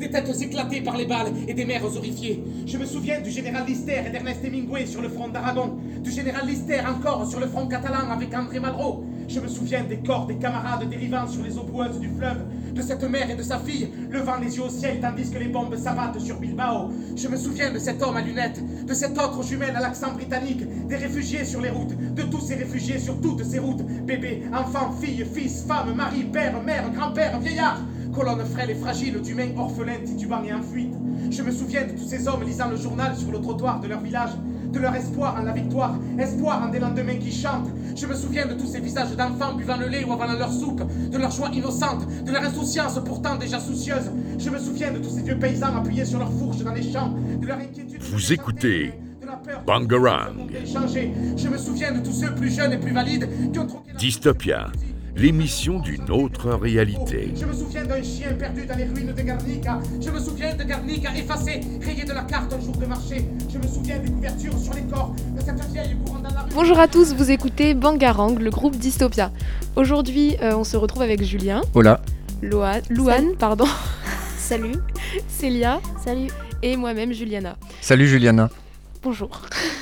des têtes éclatées par les balles et des mères horrifiées. Je me souviens du général Lister et d'Ernest Hemingway sur le front d'Aragon, du général Lister encore sur le front catalan avec André Malraux. Je me souviens des corps des camarades dérivant sur les eaux boueuses du fleuve, de cette mère et de sa fille, levant les yeux au ciel tandis que les bombes s'abattent sur Bilbao. Je me souviens de cet homme à lunettes, de cet autre jumelle à l'accent britannique, des réfugiés sur les routes, de tous ces réfugiés sur toutes ces routes, bébés, enfants, filles, fils, femmes, mari, père, mère, grand-père, vieillard, colonne frêle et fragile d'humains orphelins titubants et en fuite. Je me souviens de tous ces hommes lisant le journal sur le trottoir de leur village, de leur espoir en la victoire, espoir en des lendemains qui chantent. Je me souviens de tous ces visages d'enfants buvant le lait ou avalant leur soupe, de leur joie innocente, de leur insouciance pourtant déjà soucieuse. Je me souviens de tous ces vieux paysans appuyés sur leurs fourches dans les champs, de leur inquiétude. Vous écoutez Bangarang. Je me souviens de tous ceux plus jeunes et plus valides qui ont troqué Dystopia, l'émission d'une autre réalité. Je me souviens d'un chien perdu dans les ruines de Guernica. Je me souviens de Guernica effacée, rayée de la carte un jour de marché. Je me souviens des couvertures sur les corps de cette vieille courant dans la rue. Bonjour à tous, vous écoutez Bangarang, le groupe Dystopia. Aujourd'hui, on se retrouve avec Julien. Hola. Louane, pardon. Salut. Célia. Salut. Et moi-même, Juliana. Salut Juliana. Bonjour.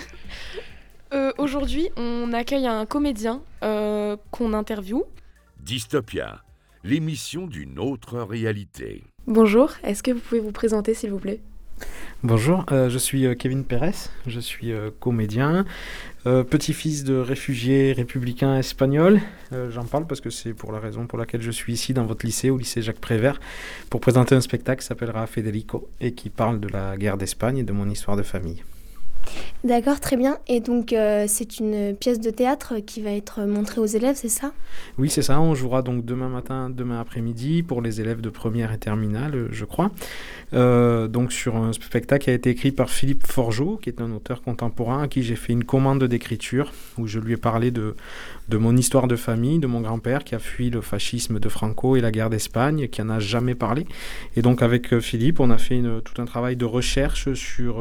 Aujourd'hui, on accueille un comédien qu'on interviewe. Dystopia, l'émission d'une autre réalité. Bonjour, est-ce que vous pouvez vous présenter s'il vous plaît ? Bonjour, je suis Kevin Pérez, je suis comédien, petit-fils de réfugiés républicains espagnols. J'en parle parce que c'est pour la raison pour laquelle je suis ici dans votre lycée, au lycée Jacques Prévert, pour présenter un spectacle qui s'appellera Federico et qui parle de la guerre d'Espagne et de mon histoire de famille. D'accord, très bien. Et donc, c'est une pièce de théâtre qui va être montrée aux élèves, c'est ça ? Oui, c'est ça. On jouera donc demain après-midi pour les élèves de première et terminale, je crois. Donc sur un spectacle qui a été écrit par Philippe Forgeot, qui est un auteur contemporain à qui j'ai fait une commande d'écriture, où je lui ai parlé de mon histoire de famille, de mon grand-père qui a fui le fascisme de Franco et la guerre d'Espagne, qui en a jamais parlé. Et donc avec Philippe, on a fait tout un travail de recherche sur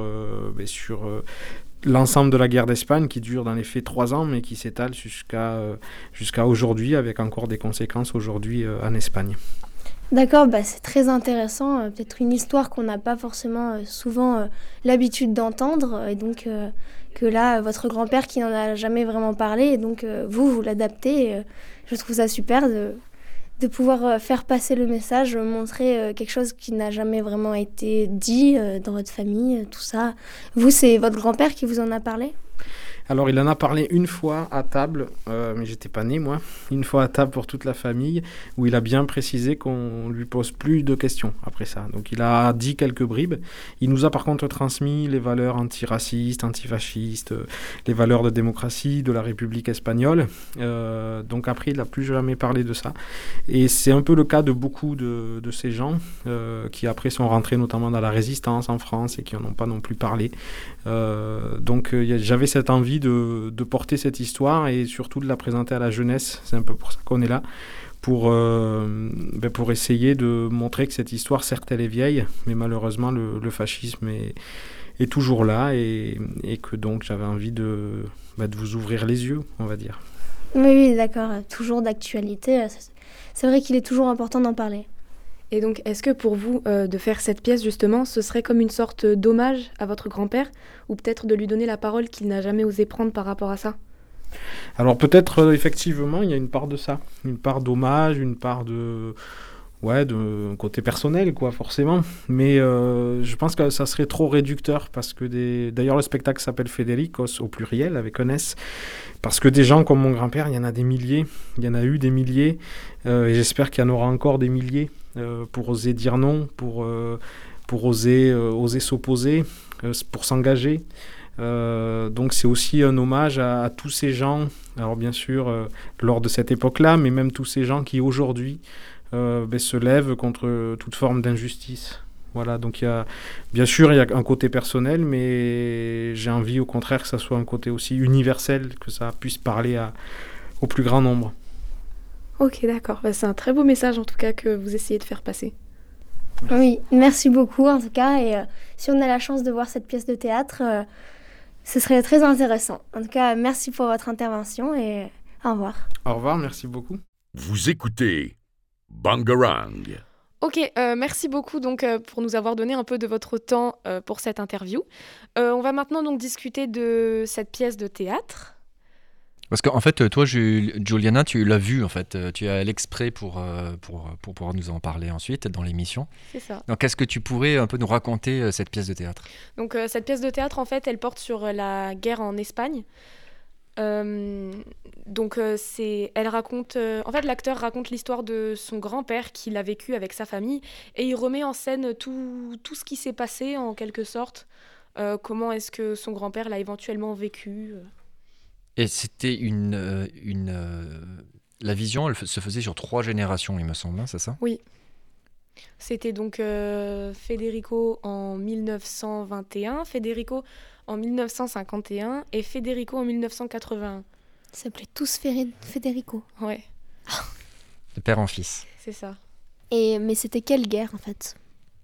l'ensemble de la guerre d'Espagne qui dure dans les faits 3 ans, mais qui s'étale jusqu'à aujourd'hui, avec encore des conséquences aujourd'hui en Espagne. D'accord, c'est très intéressant. Peut-être une histoire qu'on n'a pas forcément souvent l'habitude d'entendre. Et donc, que là, votre grand-père qui n'en a jamais vraiment parlé, et donc vous l'adaptez. Et, je trouve ça super de pouvoir faire passer le message, montrer quelque chose qui n'a jamais vraiment été dit dans votre famille, tout ça. Vous, c'est votre grand-père qui vous en a parlé ? Alors, il en a parlé une fois à table, mais j'étais pas né, moi. Une fois à table pour toute la famille, où il a bien précisé qu'on lui pose plus de questions après ça. Donc, il a dit quelques bribes. Il nous a par contre transmis les valeurs antiracistes, antifascistes, les valeurs de démocratie de la République espagnole. Donc, après, il n'a plus jamais parlé de ça. Et c'est un peu le cas de beaucoup de ces gens qui, après, sont rentrés notamment dans la résistance en France et qui n'en ont pas non plus parlé. Donc, j'avais cette envie de porter cette histoire et surtout de la présenter à la jeunesse. C'est un peu pour ça qu'on est là, pour essayer de montrer que cette histoire, certes elle est vieille, mais malheureusement le fascisme est toujours là et que donc j'avais envie de vous ouvrir les yeux, on va dire. Oui, d'accord, toujours d'actualité. C'est vrai qu'il est toujours important d'en parler. Et donc, est-ce que pour vous, de faire cette pièce, justement, ce serait comme une sorte d'hommage à votre grand-père, ou peut-être de lui donner la parole qu'il n'a jamais osé prendre par rapport à ça ? Alors peut-être, effectivement, il y a une part de ça, une part d'hommage, une part de côté personnel, quoi, forcément. Mais je pense que ça serait trop réducteur, parce que d'ailleurs, le spectacle s'appelle Federicos, au pluriel, avec un S, parce que des gens comme mon grand-père, il y en a des milliers, il y en a eu des milliers, et j'espère qu'il y en aura encore des milliers, pour oser dire non, pour oser s'opposer, pour s'engager. Donc c'est aussi un hommage à tous ces gens, alors bien sûr lors de cette époque-là, mais même tous ces gens qui aujourd'hui se lèvent contre toute forme d'injustice. Voilà, donc bien sûr il y a un côté personnel, mais j'ai envie au contraire que ça soit un côté aussi universel, que ça puisse parler au plus grand nombre. Ok, d'accord. C'est un très beau message en tout cas que vous essayez de faire passer. Oui, merci beaucoup en tout cas. Et si on a la chance de voir cette pièce de théâtre, ce serait très intéressant. En tout cas, merci pour votre intervention et au revoir. Au revoir, merci beaucoup. Vous écoutez Bangarang. Ok, merci beaucoup donc pour nous avoir donné un peu de votre temps pour cette interview. On va maintenant donc discuter de cette pièce de théâtre. Parce qu'en fait, toi, Juliana, tu l'as vu, en fait. Tu es allée exprès pour pouvoir nous en parler ensuite dans l'émission. C'est ça. Donc, est-ce que tu pourrais un peu nous raconter cette pièce de théâtre ? Donc cette pièce de théâtre, en fait, elle porte sur la guerre en Espagne. Donc elle raconte... en fait, l'acteur raconte l'histoire de son grand-père qu'il a vécu avec sa famille et il remet en scène tout ce qui s'est passé, en quelque sorte. Comment est-ce que son grand-père l'a éventuellement vécu. Et c'était la vision, elle se faisait sur 3 générations, il me semble, hein, c'est ça ? Oui. C'était donc Federico en 1921, Federico en 1951 et Federico en 1981. Ils s'appelaient tous Federico. Ouais, De père en fils. c'est ça. Mais c'était quelle guerre en fait?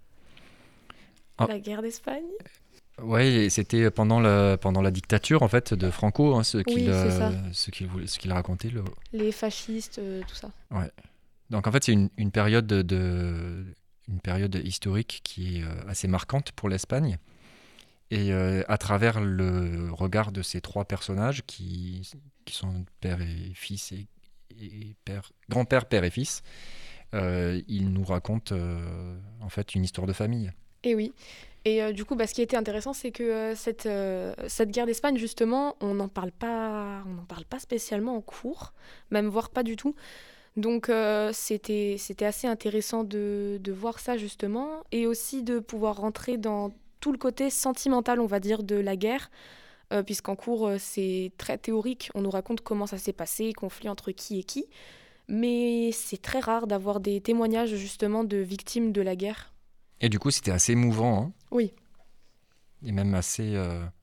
Ah. La guerre d'Espagne. Ouais, c'était pendant la dictature en fait de Franco, hein, ce c'est ça. qu'il racontait. Les fascistes, tout ça. Ouais. Donc en fait, c'est une période une période historique qui est assez marquante pour l'Espagne. Et à travers le regard de ces 3 personnages qui sont père et fils et grand-père, père et fils, ils nous racontent en fait une histoire de famille. Et oui. Et du coup, ce qui était intéressant, c'est que cette guerre d'Espagne, justement, on n'en parle pas spécialement en cours, même voire pas du tout. Donc c'était assez intéressant de voir ça, justement, et aussi de pouvoir rentrer dans tout le côté sentimental, on va dire, de la guerre, puisqu'en cours, c'est très théorique. On nous raconte comment ça s'est passé, conflit entre qui et qui, mais c'est très rare d'avoir des témoignages, justement, de victimes de la guerre. Et du coup, c'était assez émouvant, hein, Oui. et même assez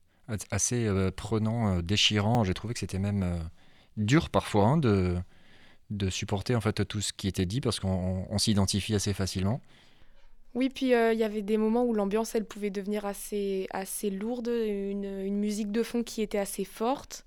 prenant, déchirant. J'ai trouvé que c'était même dur parfois, hein, de supporter en fait tout ce qui était dit parce qu'on s'identifie assez facilement. Oui, puis il y avait des moments où l'ambiance, elle pouvait devenir assez lourde, une musique de fond qui était assez forte.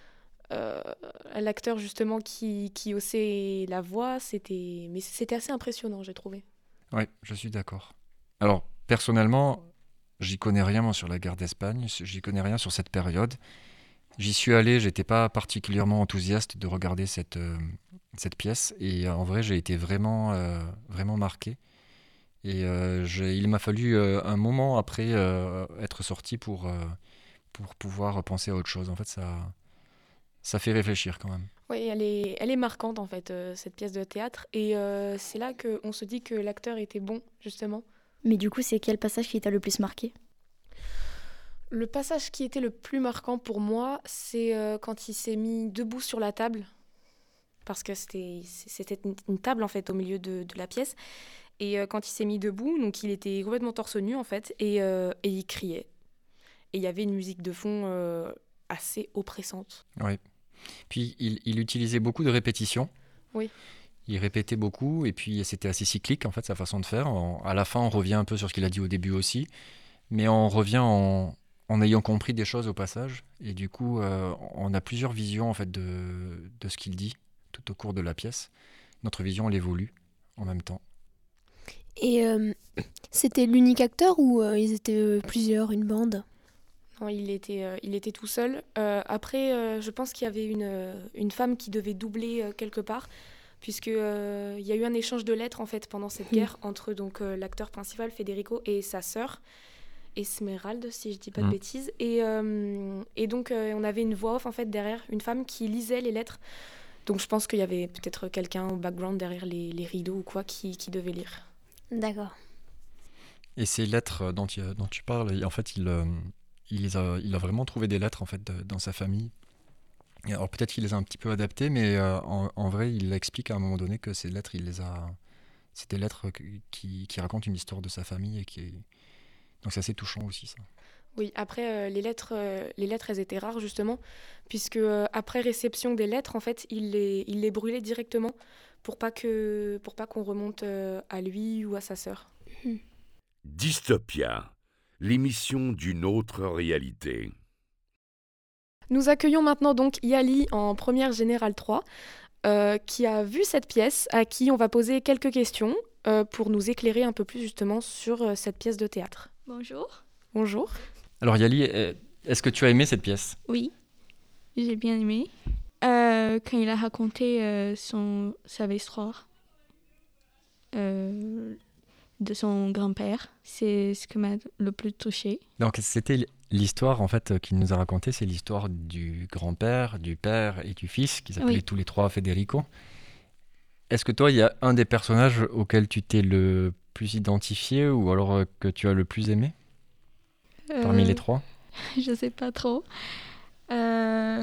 L'acteur, justement, qui haussait la voix, c'était assez impressionnant, j'ai trouvé. Oui, je suis d'accord. Alors, personnellement, j'y connais rien moi, sur la guerre d'Espagne, j'y connais rien sur cette période. J'y suis allé, j'étais pas particulièrement enthousiaste de regarder cette pièce et en vrai, j'ai été vraiment marqué. Et il m'a fallu un moment après être sorti pour pouvoir penser à autre chose. En fait, ça fait réfléchir quand même. Oui, elle est marquante, en fait, cette pièce de théâtre. Et c'est là qu'on se dit que l'acteur était bon, justement. Mais du coup, c'est quel passage qui t'a le plus marqué? Le passage qui était le plus marquant pour moi, c'est quand il s'est mis debout sur la table. Parce que c'était une table, en fait, au milieu de la pièce. Et quand il s'est mis debout, donc il était complètement torse nu, en fait, et il criait. Et il y avait une musique de fond assez oppressante. Oui. Puis il utilisait beaucoup de répétitions. Oui. Il répétait beaucoup et puis c'était assez cyclique en fait sa façon de faire. À la fin, on revient un peu sur ce qu'il a dit au début aussi, mais on revient en ayant compris des choses au passage. Et du coup, on a plusieurs visions en fait de ce qu'il dit tout au cours de la pièce. Notre vision, elle évolue en même temps. Et c'était l'unique acteur ou ils étaient plusieurs, une bande? Non, il était tout seul. Après, je pense qu'il y avait une femme qui devait doubler quelque part, puisqu'il y a eu un échange de lettres en fait pendant cette guerre entre donc l'acteur principal Federico et sa sœur Esmeralda, si je dis pas de bêtises. Et donc on avait une voix off en fait derrière, une femme qui lisait les lettres. Donc je pense qu'il y avait peut-être quelqu'un au background derrière les rideaux ou quoi qui devait lire. D'accord. Et ces lettres dont tu parles, en fait, il a vraiment trouvé des lettres en fait dans sa famille. Et alors peut-être qu'il les a un petit peu adaptées, mais en vrai, il explique à un moment donné que ces lettres, c'est des lettres qui racontent une histoire de sa famille donc c'est assez touchant aussi ça. Oui, après les lettres, elles étaient rares justement, puisque après réception des lettres, en fait, il les brûlait directement pour pas qu'on remonte à lui ou à sa sœur. Dystopia, l'émission d'une autre réalité. Nous accueillons maintenant donc Yali en première générale 3, qui a vu cette pièce, à qui on va poser quelques questions. pour nous éclairer un peu plus justement sur cette pièce de théâtre. Bonjour. Bonjour. Alors Yali, est-ce que tu as aimé cette pièce ? Oui, j'ai bien aimé. Quand il a raconté sa histoire de son grand-père, c'est ce qui m'a le plus touchée. Donc c'était l'histoire en fait qu'il nous a racontée, c'est l'histoire du grand-père, du père et du fils qui s'appelaient tous les trois Federico. Est-ce que toi, il y a un des personnages auxquels tu t'es le plus identifié ou alors que tu as le plus aimé parmi les trois ? Je sais pas trop. Je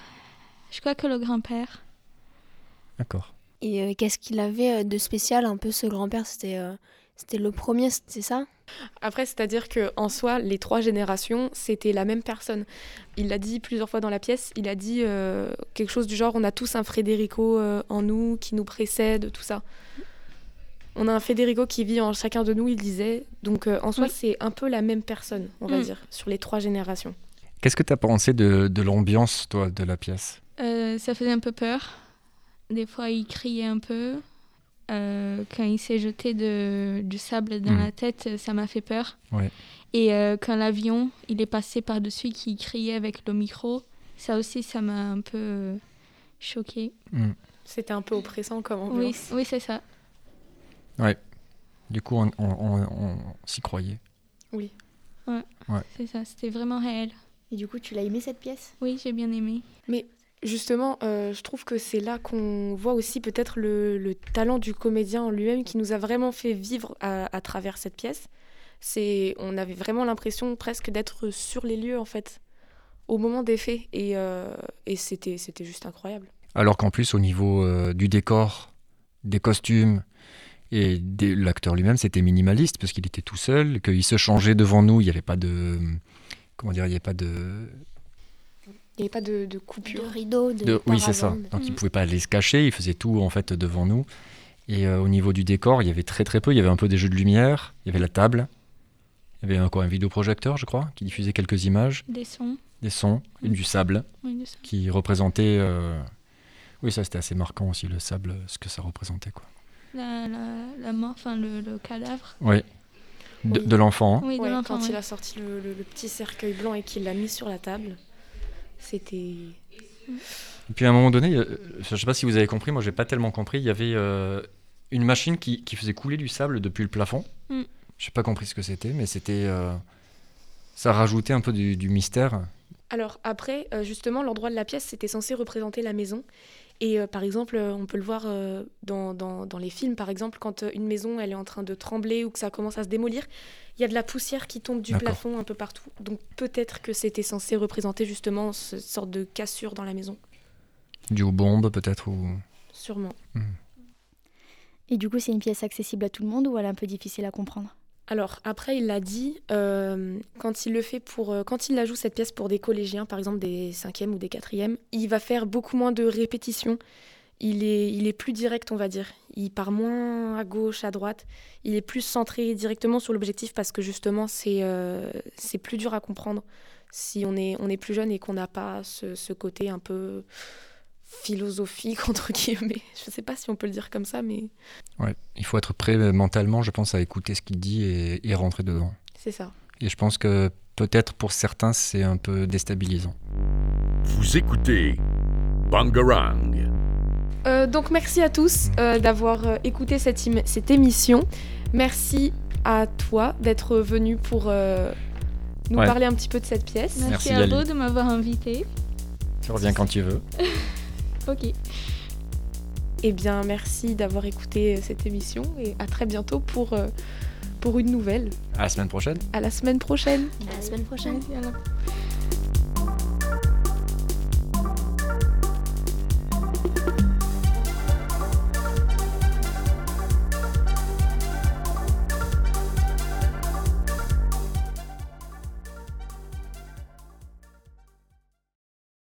crois que le grand-père. D'accord. Et qu'est-ce qu'il avait de spécial un peu ce grand-père ? C'était le premier, c'est ça ? Après, c'est-à-dire qu'en soi, les 3 générations, c'était la même personne. Il l'a dit plusieurs fois dans la pièce, il a dit quelque chose du genre, on a tous un Federico en nous, qui nous précède, tout ça. On a un Federico qui vit en chacun de nous, il disait. Donc en soi, c'est un peu la même personne, on va dire, sur les 3 générations. Qu'est-ce que tu as pensé de l'ambiance, toi, de la pièce ? Ça faisait un peu peur. Des fois, il criait un peu. Quand il s'est jeté du sable dans la tête, ça m'a fait peur. Ouais. Et quand l'avion, il est passé par-dessus, qui criait avec le micro, ça aussi, ça m'a un peu choquée. C'était un peu oppressant comme ambiance. Oui, c'est ça. Ouais. Du coup, on s'y croyait. Oui. Ouais. C'est ça, c'était vraiment réel. Et du coup, tu l'as aimé cette pièce ? Oui, j'ai bien aimé. Mais justement, je trouve que c'est là qu'on voit aussi peut-être le talent du comédien en lui-même qui nous a vraiment fait vivre à travers cette pièce. On avait vraiment l'impression presque d'être sur les lieux en fait, au moment des faits. Et c'était juste incroyable. Alors qu'en plus, au niveau du décor, des costumes et de l'acteur lui-même, c'était minimaliste parce qu'il était tout seul, qu'il se changeait devant nous, il n'y avait pas de... Comment dire, il n'y avait pas de... Il n'y avait pas de coupure. De rideau, oui, c'est ça. Donc il ne pouvait pas aller se cacher, il faisait tout en fait devant nous. Et au niveau du décor, il y avait très très peu. Il y avait un peu des jeux de lumière, il y avait la table, il y avait un vidéoprojecteur, je crois, qui diffusait quelques images. Des sons. Et du sable, Oui, qui représentait... Oui, ça c'était assez marquant aussi, le sable, ce que ça représentait, quoi. La mort, enfin le cadavre. Oui. De l'enfant. Hein. Oui, de l'enfant, quand il a sorti le petit cercueil blanc et qu'il l'a mis sur la table, c'était... Et puis à un moment donné, je ne sais pas si vous avez compris, moi j'ai pas tellement compris, il y avait une machine qui faisait couler du sable depuis le plafond. Je n'ai pas compris ce que c'était, mais c'était... ça rajoutait un peu du mystère. Alors après, justement, l'endroit de la pièce, c'était censé représenter la maison. Et par exemple, on peut le voir dans les films, par exemple, quand une maison elle est en train de trembler ou que ça commence à se démolir, il y a de la poussière qui tombe du plafond un peu partout. Donc peut-être que c'était censé représenter justement cette sorte de cassure dans la maison. Dû aux bombes peut-être ou... Sûrement. Et du coup, c'est une pièce accessible à tout le monde ou elle est un peu difficile à comprendre ? Alors après, il l'a dit, quand il la joue cette pièce pour des collégiens, par exemple des 5e ou des 4e, il va faire beaucoup moins de répétitions. Il est plus direct, on va dire. Il part moins à gauche, à droite. Il est plus centré directement sur l'objectif parce que justement, c'est plus dur à comprendre si on est plus jeune et qu'on n'a pas ce côté un peu philosophique, entre guillemets. Je ne sais pas si on peut le dire comme ça, mais... Ouais, il faut être prêt mentalement, je pense, à écouter ce qu'il dit et rentrer dedans. C'est ça. Et je pense que peut-être pour certains, c'est un peu déstabilisant. Vous écoutez Bangarang. Donc merci à tous d'avoir écouté cette émission. Merci à toi d'être venu pour nous parler un petit peu de cette pièce. Merci à vous de m'avoir invité. Tu reviens quand tu veux. Ok. Eh bien, merci d'avoir écouté cette émission et à très bientôt pour une nouvelle. À la semaine prochaine. À la semaine prochaine. À la semaine prochaine. Merci,